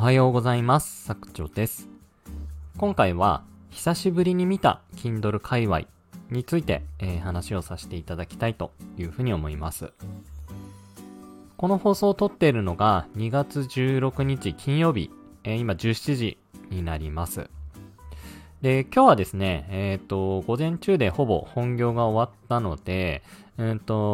はようございます。さくちょです。今回は久しぶりに見た Kindle 界隈について、話をさせていただきたいというふうに思います。この放送を撮っているのが2月16日金曜日、今17時になります。で、今日はですね、午前中でほぼ本業が終わったので、もう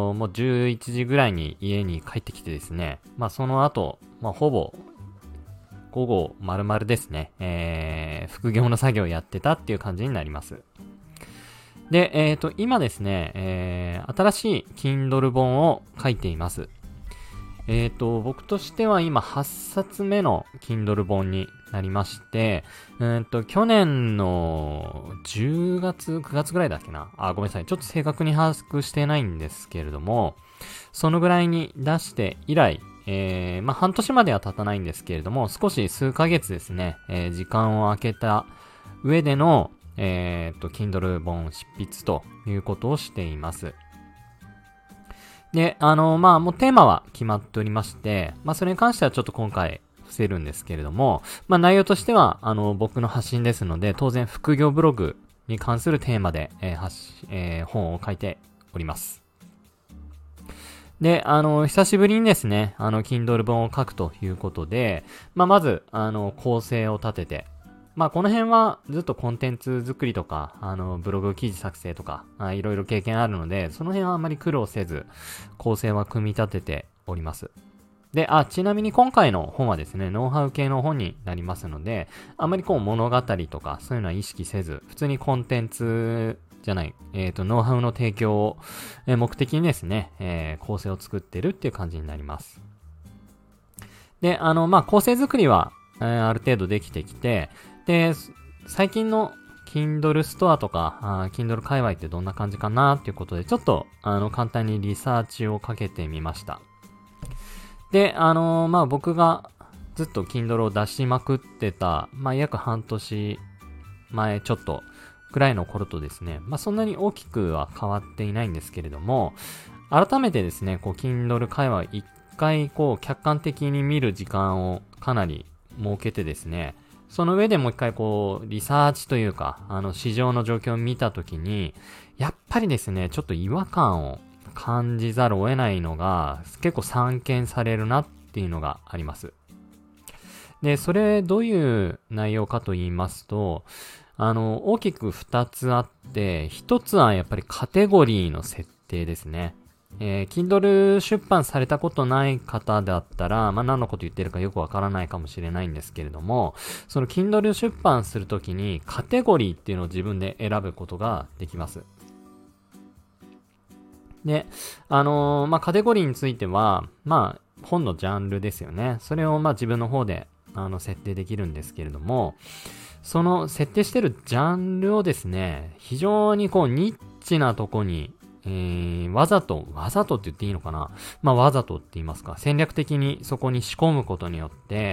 11時ぐらいに家に帰ってきてですね、その後、ほぼ午後丸々ですね、副業の作業をやってたっていう感じになります。で、今ですね、新しい Kindle 本を書いています。僕としては今8冊目の Kindle 本になりまして、去年の10月、9月ぐらいだっけな。ごめんなさい。ちょっと正確に把握してないんですけれども、そのぐらいに出して以来、半年までは経たないんですけれども、少し数ヶ月ですね、時間を空けた上での、Kindle 本執筆ということをしています。で、もうテーマは決まっておりまして、それに関してはちょっと今回伏せるんですけれども、内容としては、僕の発信ですので、当然副業ブログに関するテーマで、本を書いております。で、久しぶりにですね、Kindle 本を書くということで、まず、構成を立てて、この辺はずっとコンテンツ作りとか、ブログ記事作成とか、いろいろ経験あるので、その辺はあんまり苦労せず、構成は組み立てております。で、ちなみに今回の本はですね、ノウハウ系の本になりますので、あんまり物語とか、そういうのは意識せず、普通にコンテンツじゃない、ノウハウの提供を、目的にですね、構成を作ってるっていう感じになります。で、構成作りは、ある程度できてきて、で、最近の Kindle ストアとか、Kindle 界隈ってどんな感じかなっていうことで、ちょっと、簡単にリサーチをかけてみました。で、僕がずっと Kindle を出しまくってた、約半年前ちょっとくらいの頃とですね、そんなに大きくは変わっていないんですけれども、改めてですね、Kindle 界隈一回客観的に見る時間をかなり設けてですね、その上でもう一回リサーチというか、市場の状況を見たときに、やっぱりですね、ちょっと違和感を感じざるを得ないのが、結構散見されるなっていうのがあります。で、それどういう内容かと言いますと、大きく2つあって、1つはやっぱりカテゴリーの設定ですね。Kindle 出版されたことない方だったら、何のこと言ってるかよくわからないかもしれないんですけれども、その Kindle 出版するときにカテゴリーっていうのを自分で選ぶことができます。で、カテゴリーについては、本のジャンルですよね。それを自分の方で、設定できるんですけれども、その設定してるジャンルをですね、非常にニッチなとこに、わざとって言っていいのかな、わざとって言いますか、戦略的にそこに仕込むことによって、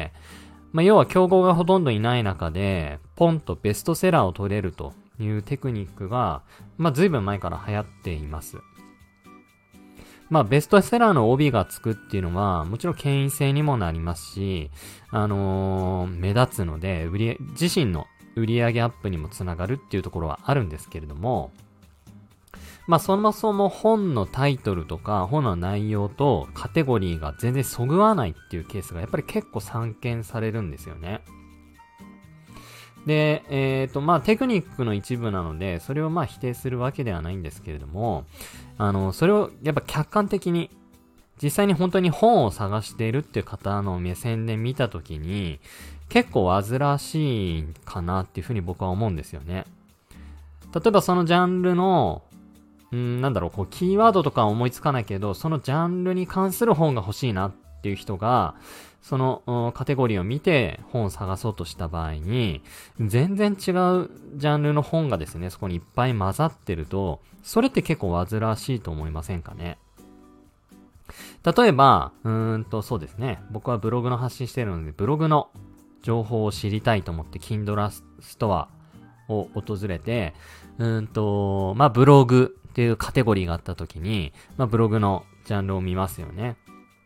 要は競合がほとんどいない中で、ポンとベストセラーを取れるというテクニックが、随分前から流行っています。ベストセラーの帯がつくっていうのは、もちろん権威性にもなりますし、目立つので、自身の売上アップにもつながるっていうところはあるんですけれども、そもそも本のタイトルとか本の内容とカテゴリーが全然そぐわないっていうケースがやっぱり結構散見されるんですよね。で、テクニックの一部なので、それを否定するわけではないんですけれども、それをやっぱ客観的に、実際に本当に本を探しているっていう方の目線で見たときに、結構煩わしいかなっていうふうに僕は思うんですよね。例えばそのジャンルの、キーワードとかは思いつかないけど、そのジャンルに関する本が欲しいなっていう人が、そのカテゴリーを見て本を探そうとした場合に、全然違うジャンルの本がですね、そこにいっぱい混ざってると、それって結構煩わしいと思いませんかね。例えば、そうですね、僕はブログの発信しているので、ブログの情報を知りたいと思って Kindle ストアを訪れて、ブログっていうカテゴリーがあった時に、ブログのジャンルを見ますよね。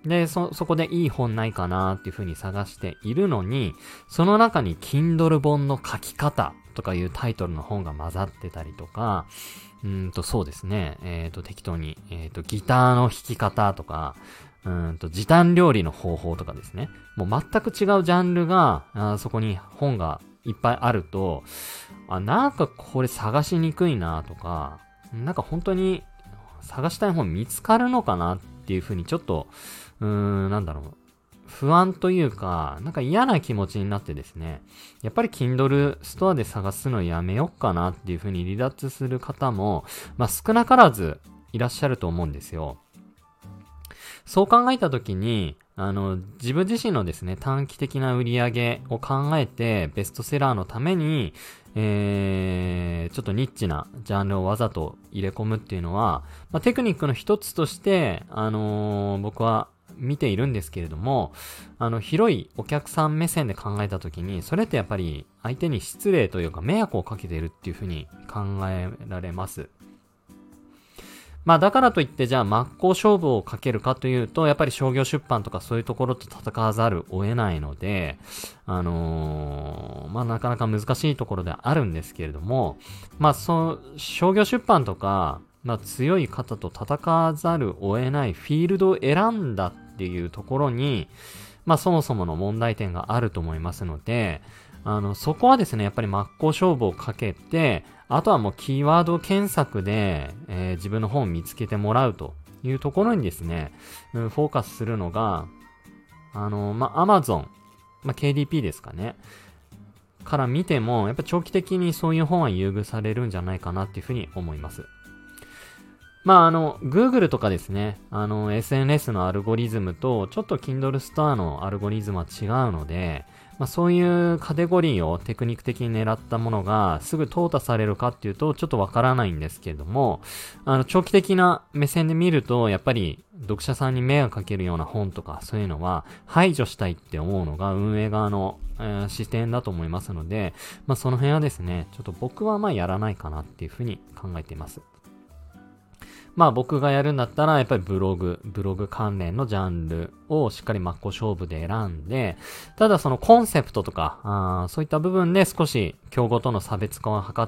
で、そこでいい本ないかなっていう風に探しているのに、その中に Kindle 本の書き方とかいうタイトルの本が混ざってたりとか、そうですね、適当に、ギターの弾き方とか、時短料理の方法とかですね。もう全く違うジャンルが、そこに本がいっぱいあると、なんかこれ探しにくいなとか、なんか本当に探したい本見つかるのかなっていう風にちょっと、なんだろう、不安というか、なんか嫌な気持ちになってですね、やっぱり Kindle ストアで探すのやめよっかなっていう風に離脱する方も、少なからずいらっしゃると思うんですよ。そう考えたときに、自分自身のですね、短期的な売り上げを考えて、ベストセラーのために、ちょっとニッチなジャンルをわざと入れ込むっていうのは、テクニックの一つとして、僕は見ているんですけれども、広いお客さん目線で考えたときに、それってやっぱり相手に失礼というか迷惑をかけているっていうふうに考えられます。だからといってじゃあ真っ向勝負をかけるかというと、やっぱり商業出版とかそういうところと戦わざるを得ないので、なかなか難しいところではあるんですけれども、商業出版とか、強い方と戦わざるを得ないフィールドを選んだっていうところに、そもそもの問題点があると思いますので、そこはですね、やっぱり真っ向勝負をかけて、あとはもうキーワード検索で、自分の本を見つけてもらうというところにですね、フォーカスするのが、Amazon、KDP ですかね。から見ても、やっぱ長期的にそういう本は優遇されるんじゃないかなっていうふうに思います。Google とかですね、SNS のアルゴリズムと、ちょっと Kindle ストアのアルゴリズムは違うので、そういうカテゴリーをテクニック的に狙ったものがすぐ淘汰されるかっていうとちょっとわからないんですけれども、長期的な目線で見るとやっぱり読者さんに迷惑かけるような本とかそういうのは排除したいって思うのが運営側の、視点だと思いますので、その辺はですね、ちょっと僕はやらないかなっていうふうに考えています。僕がやるんだったらやっぱりブログ関連のジャンルをしっかり真っ向勝負で選んで、ただそのコンセプトとか、そういった部分で少し競合との差別化を図って、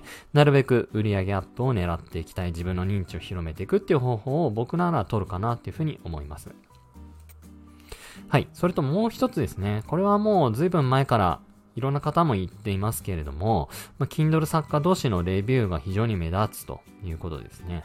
なるべく売上アップを狙っていきたい、自分の認知を広めていくっていう方法を僕なら取るかなっていうふうに思います。はい。それともう一つですね。これはもう随分前からいろんな方も言っていますけれども、Kindle 作家同士のレビューが非常に目立つということですね。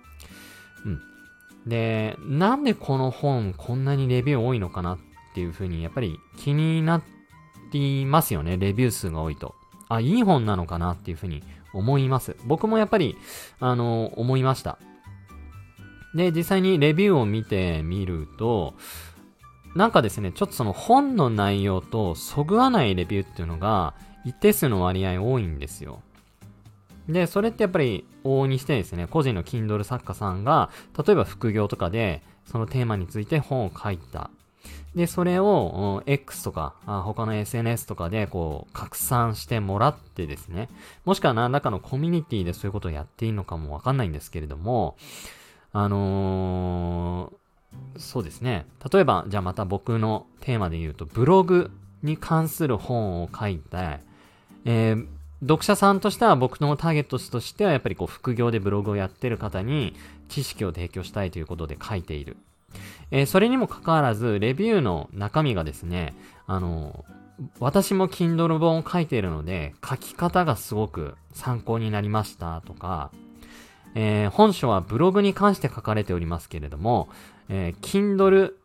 で、なんでこの本こんなにレビュー多いのかなっていう風にやっぱり気になりますよね。レビュー数が多いと。いい本なのかなっていう風に思います。僕もやっぱり、思いました。で、実際にレビューを見てみると、なんかですね、ちょっとその本の内容とそぐわないレビューっていうのが一定数の割合多いんですよ。で、それってやっぱり往々にしてですね、個人の Kindle 作家さんが、例えば副業とかで、そのテーマについて本を書いた。で、それを X とか他の SNS とかで拡散してもらってですね、もしくは何らかのコミュニティでそういうことをやっていいのかもわかんないんですけれども、そうですね。例えば、じゃあまた僕のテーマで言うと、ブログに関する本を書いて、読者さんとしては僕のターゲットとしてはやっぱり副業でブログをやってる方に知識を提供したいということで書いている。それにもかかわらずレビューの中身がですね、私も Kindle 本を書いているので書き方がすごく参考になりましたとか、本書はブログに関して書かれておりますけれども、Kindle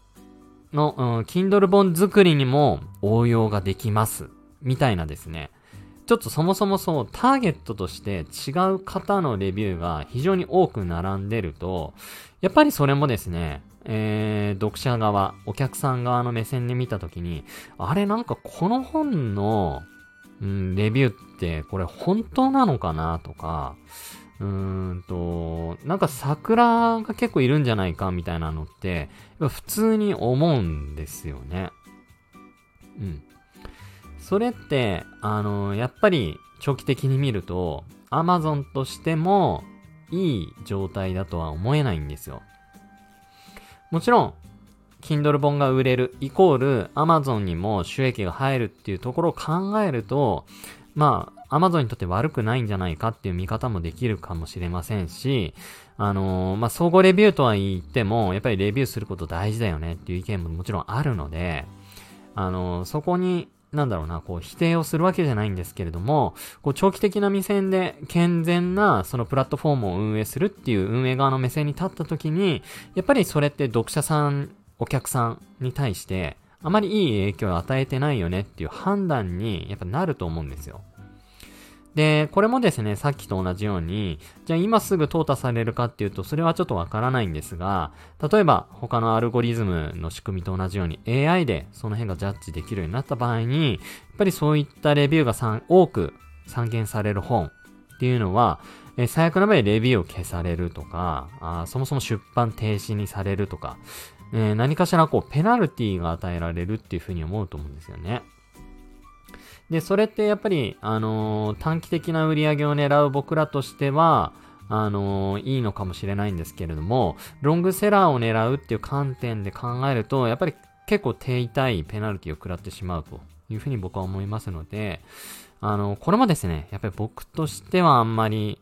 本作りにも応用ができますみたいなですね、ちょっとそもそもターゲットとして違う方のレビューが非常に多く並んでると、やっぱりそれもですね、読者側、お客さん側の目線で見たときに、なんかこの本の、レビューってこれ本当なのかなとか、なんか桜が結構いるんじゃないかみたいなのって、普通に思うんですよね。それって、やっぱり長期的に見ると、Amazon としてもいい状態だとは思えないんですよ。もちろん、 Kindle 本が売れるイコール Amazon にも収益が入るっていうところを考えると、Amazon にとって悪くないんじゃないかっていう見方もできるかもしれませんし、総合レビューとは言っても、やっぱりレビューすること大事だよねっていう意見ももちろんあるので、そこに、否定をするわけじゃないんですけれども、長期的な目線で健全なそのプラットフォームを運営するっていう運営側の目線に立った時に、やっぱりそれって読者さん、お客さんに対して、あまりいい影響を与えてないよねっていう判断にやっぱなると思うんですよ。で、これもですね、さっきと同じように、じゃあ今すぐ淘汰されるかっていうと、それはちょっとわからないんですが、例えば他のアルゴリズムの仕組みと同じように AI でその辺がジャッジできるようになった場合に、やっぱりそういったレビューが多く散見される本っていうのは、最悪な場合レビューを消されるとか、そもそも出版停止にされるとか、何かしらペナルティが与えられるっていうふうに思うと思うんですよね。で、それってやっぱり、短期的な売り上げを狙う僕らとしては、いいのかもしれないんですけれども、ロングセラーを狙うっていう観点で考えると、やっぱり結構手痛いペナルティを食らってしまうというふうに僕は思いますので、これもですね、やっぱり僕としてはあんまり、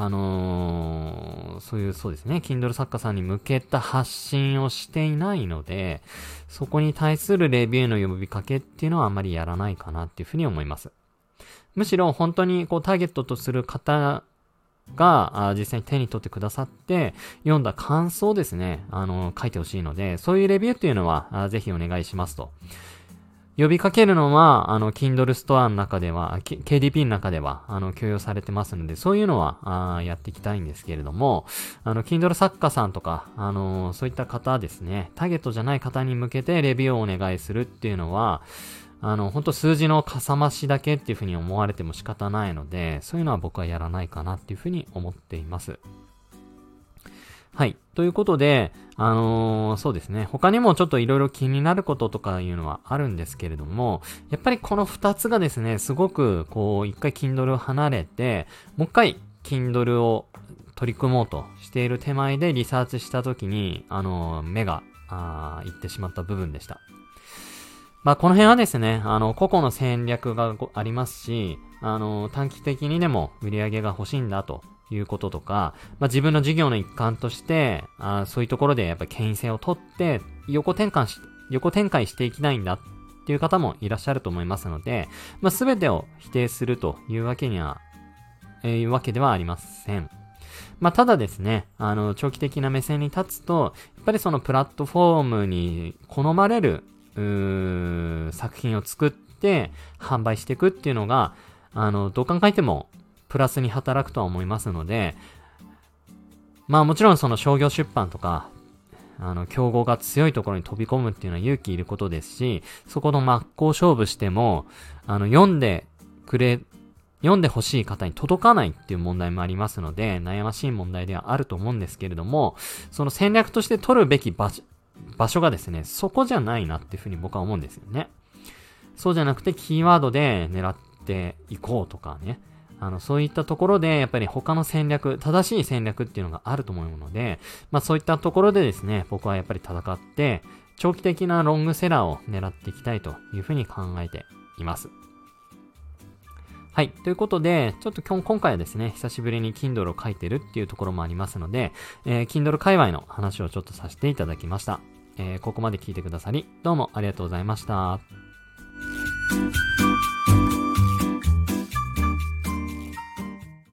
そうですね、Kindle 作家さんに向けた発信をしていないので、そこに対するレビューの呼びかけっていうのはあんまりやらないかなっていうふうに思います。むしろ本当にターゲットとする方が実際に手に取ってくださって読んだ感想をですね、書いてほしいので、そういうレビューっていうのはぜひお願いしますと。呼びかけるのは、Kindle ストアの中では、KDP の中では、許容されてますので、そういうのは、やっていきたいんですけれども、Kindle 作家さんとか、そういった方ですね、ターゲットじゃない方に向けてレビューをお願いするっていうのは、本当数字のかさ増しだけっていうふうに思われても仕方ないので、そういうのは僕はやらないかなっていうふうに思っています。はい。ということで、そうですね。他にもちょっといろいろ気になることとかいうのはあるんですけれども、やっぱりこの2つがですね、すごく一回 Kindle を離れて、もう一回 Kindle を取り組もうとしている手前でリサーチしたときに、目が、いってしまった部分でした。この辺はですね、個々の戦略がありますし、短期的にでも売り上げが欲しいんだということとか、自分の事業の一環として、そういうところでやっぱり権威性を取って、横展開していきたいんだっていう方もいらっしゃると思いますので、すべてを否定するというわけではありません。ただですね、長期的な目線に立つと、やっぱりそのプラットフォームに好まれる、作品を作って販売していくっていうのが、どう考えてもプラスに働くとは思いますので、もちろんその商業出版とか、競合が強いところに飛び込むっていうのは勇気いることですし、そこの真っ向勝負しても、読んでほしい方に届かないっていう問題もありますので、悩ましい問題ではあると思うんですけれども、その戦略として取るべき場所がですね、そこじゃないなっていうふうに僕は思うんですよね。そうじゃなくてキーワードで狙っていこうとかね。そういったところでやっぱり他の戦略、正しい戦略っていうのがあると思うので、そういったところでですね、僕はやっぱり戦って、長期的なロングセラーを狙っていきたいというふうに考えています。はい。ということで、ちょっと今回はですね、久しぶりに Kindle を書いてるっていうところもありますので、Kindle 界隈の話をちょっとさせていただきました。ここまで聞いてくださり、どうもありがとうございました。